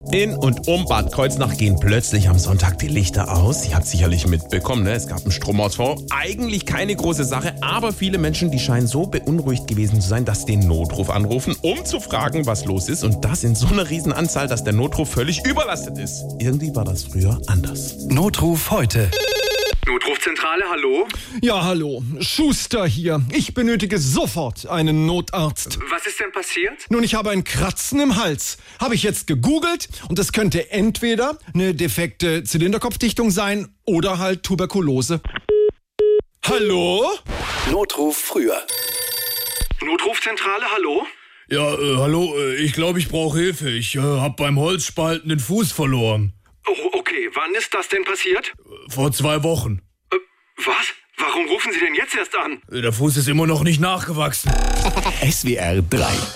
In und um Bad Kreuznach gehen plötzlich am Sonntag die Lichter aus. Ihr habt sicherlich mitbekommen, ne? Es gab einen Stromausfall. Eigentlich keine große Sache, aber viele Menschen, die scheinen so beunruhigt gewesen zu sein, dass sie den Notruf anrufen, um zu fragen, was los ist. Und das in so einer riesen Anzahl, dass der Notruf völlig überlastet ist. Irgendwie war das früher anders. Notruf heute. Notrufzentrale, hallo? Ja, hallo. Schuster hier. Ich benötige sofort einen Notarzt. Was ist denn passiert? Nun, ich habe ein Kratzen im Hals. Habe ich jetzt gegoogelt und es könnte entweder eine defekte Zylinderkopfdichtung sein oder halt Tuberkulose. Hallo? Notruf früher. Notrufzentrale, hallo? Ja, hallo, ich glaube, ich brauche Hilfe. Ich habe beim Holzspalten den Fuß verloren. Oh, okay, wann ist das denn passiert? Vor 2 Wochen. Was? Warum rufen Sie denn jetzt erst an? Der Fuß ist immer noch nicht nachgewachsen. SWR 3